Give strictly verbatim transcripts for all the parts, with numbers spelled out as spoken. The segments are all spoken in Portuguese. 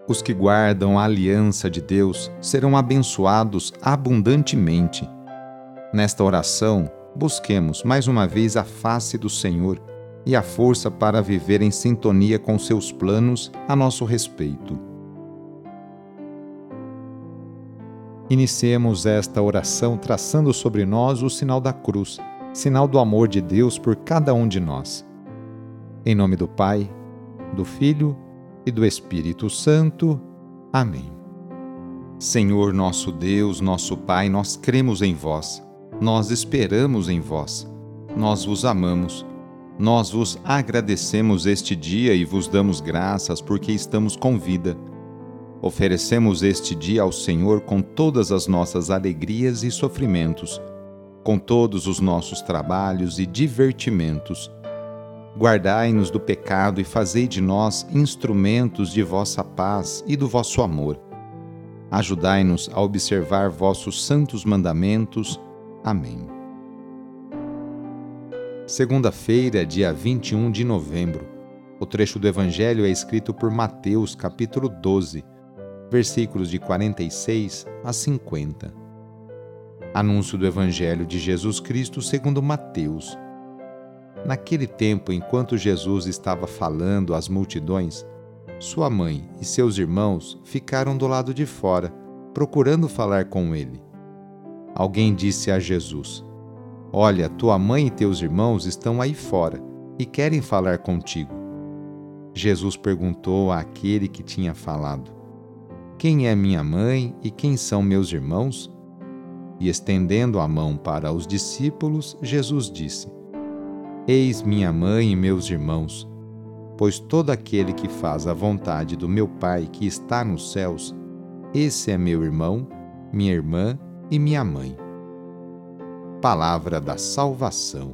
Os que guardam a aliança de Deus serão abençoados abundantemente. Nesta oração, busquemos mais uma vez a face do Senhor e a força para viver em sintonia com seus planos a nosso respeito. Iniciemos esta oração traçando sobre nós o sinal da cruz, sinal do amor de Deus por cada um de nós. Em nome do Pai, do Filho e do Espírito Santo. Amém. Senhor nosso Deus, nosso Pai, nós cremos em vós, nós esperamos em vós, nós vos amamos, nós vos agradecemos este dia e vos damos graças porque estamos com vida. Oferecemos este dia ao Senhor com todas as nossas alegrias e sofrimentos, com todos os nossos trabalhos e divertimentos. Guardai-nos do pecado e fazei de nós instrumentos de vossa paz e do vosso amor. Ajudai-nos a observar vossos santos mandamentos. Amém. Segunda-feira, dia vinte e um de novembro. O trecho do Evangelho é escrito por Mateus, capítulo doze, versículos de quarenta e seis a cinquenta. Anúncio do Evangelho de Jesus Cristo segundo Mateus. Naquele tempo, enquanto Jesus estava falando às multidões, sua mãe e seus irmãos ficaram do lado de fora, procurando falar com ele. Alguém disse a Jesus: "Olha, tua mãe e teus irmãos estão aí fora e querem falar contigo." Jesus perguntou àquele que tinha falado: "Quem é minha mãe e quem são meus irmãos?" E estendendo a mão para os discípulos, Jesus disse: "Eis minha mãe e meus irmãos, pois todo aquele que faz a vontade do meu Pai que está nos céus, esse é meu irmão, minha irmã e minha mãe." Palavra da salvação.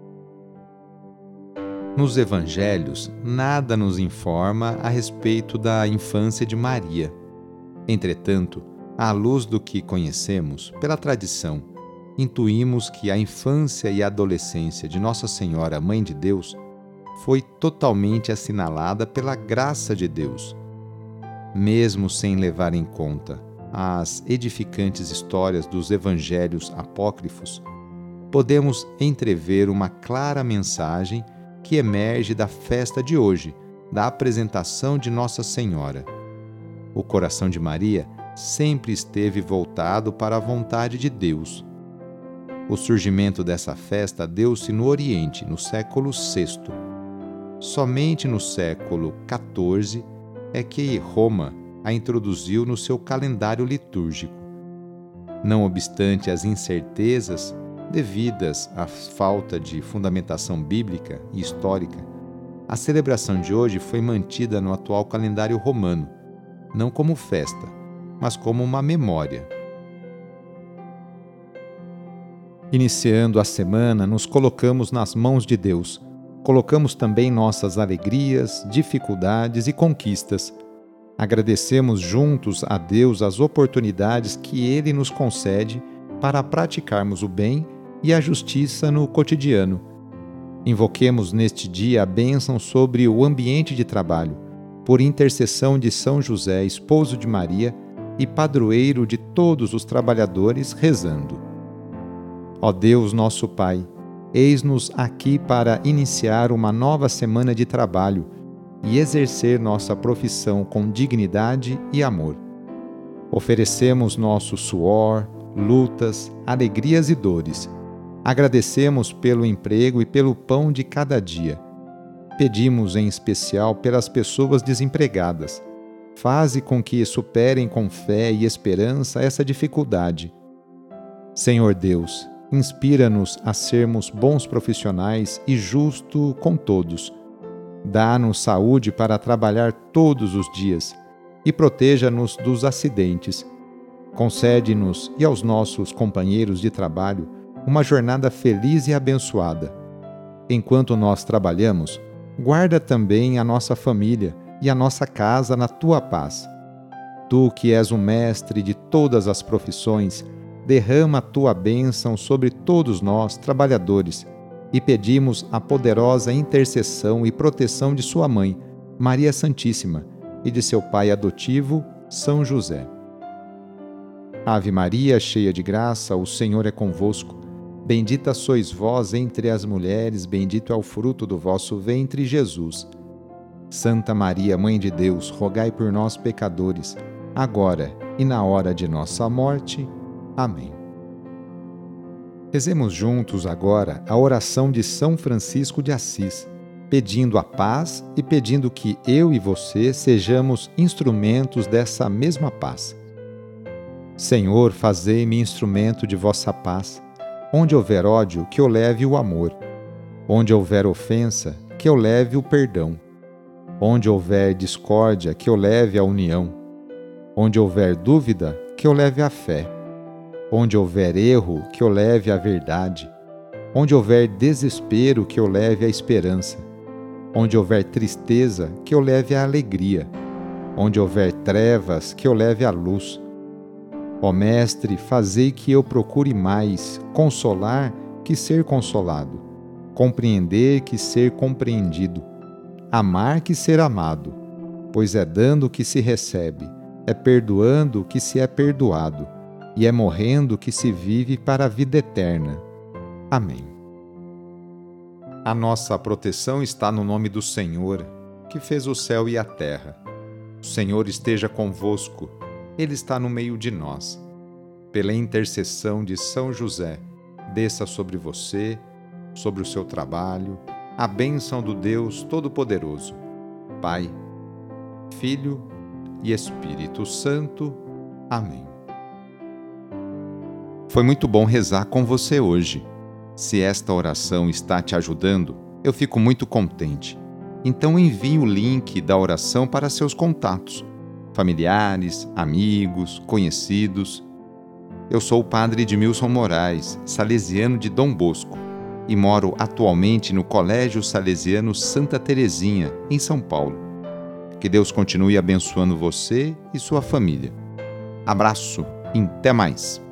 Nos Evangelhos, nada nos informa a respeito da infância de Maria. Entretanto, à luz do que conhecemos, pela tradição, intuímos que a infância e a adolescência de Nossa Senhora, Mãe de Deus, foi totalmente assinalada pela graça de Deus. Mesmo sem levar em conta as edificantes histórias dos evangelhos apócrifos, podemos entrever uma clara mensagem que emerge da festa de hoje, da apresentação de Nossa Senhora. O coração de Maria sempre esteve voltado para a vontade de Deus. O surgimento dessa festa deu-se no Oriente, no século sexto. Somente no século quatorze é que Roma a introduziu no seu calendário litúrgico. Não obstante as incertezas devidas à falta de fundamentação bíblica e histórica, a celebração de hoje foi mantida no atual calendário romano, não como festa, mas como uma memória. Iniciando a semana, nos colocamos nas mãos de Deus. Colocamos também nossas alegrias, dificuldades e conquistas. Agradecemos juntos a Deus as oportunidades que Ele nos concede para praticarmos o bem e a justiça no cotidiano. Invoquemos neste dia a bênção sobre o ambiente de trabalho, por intercessão de São José, esposo de Maria e padroeiro de todos os trabalhadores, rezando: Ó Deus nosso Pai, eis-nos aqui para iniciar uma nova semana de trabalho e exercer nossa profissão com dignidade e amor. Oferecemos nosso suor, lutas, alegrias e dores. Agradecemos pelo emprego e pelo pão de cada dia. Pedimos em especial pelas pessoas desempregadas. Faze com que superem com fé e esperança essa dificuldade. Senhor Deus, inspira-nos a sermos bons profissionais e justo com todos. Dá-nos saúde para trabalhar todos os dias e proteja-nos dos acidentes. Concede-nos e aos nossos companheiros de trabalho uma jornada feliz e abençoada. Enquanto nós trabalhamos, guarda também a nossa família e a nossa casa na tua paz. Tu que és o mestre de todas as profissões, derrama a tua bênção sobre todos nós, trabalhadores, e pedimos a poderosa intercessão e proteção de sua mãe, Maria Santíssima, e de seu pai adotivo, São José. Ave Maria, cheia de graça, o Senhor é convosco. Bendita sois vós entre as mulheres, bendito é o fruto do vosso ventre, Jesus. Santa Maria, Mãe de Deus, rogai por nós, pecadores, agora e na hora de nossa morte. Amém. Rezemos juntos agora a oração de São Francisco de Assis, pedindo a paz e pedindo que eu e você sejamos instrumentos dessa mesma paz. Senhor, fazei-me instrumento de vossa paz. Onde houver ódio, que eu leve o amor. Onde houver ofensa, que eu leve o perdão. Onde houver discórdia, que eu leve a união. Onde houver dúvida, que eu leve a fé. Onde houver erro, que eu leve a verdade. Onde houver desespero, que eu leve a esperança. Onde houver tristeza, que eu leve a alegria. Onde houver trevas, que eu leve a luz. Ó Mestre, fazei que eu procure mais consolar que ser consolado, compreender que ser compreendido, amar que ser amado, pois é dando que se recebe, é perdoando que se é perdoado, e é morrendo que se vive para a vida eterna. Amém. A nossa proteção está no nome do Senhor, que fez o céu e a terra. O Senhor esteja convosco. Ele está no meio de nós. Pela intercessão de São José, desça sobre você, sobre o seu trabalho, a bênção do Deus Todo-Poderoso, Pai, Filho e Espírito Santo. Amém. Foi muito bom rezar com você hoje. Se esta oração está te ajudando, eu fico muito contente. Então envie o link da oração para seus contatos, familiares, amigos, conhecidos. Eu sou o padre Edmilson Moraes, salesiano de Dom Bosco, e moro atualmente no Colégio Salesiano Santa Terezinha, em São Paulo. Que Deus continue abençoando você e sua família. Abraço e até mais!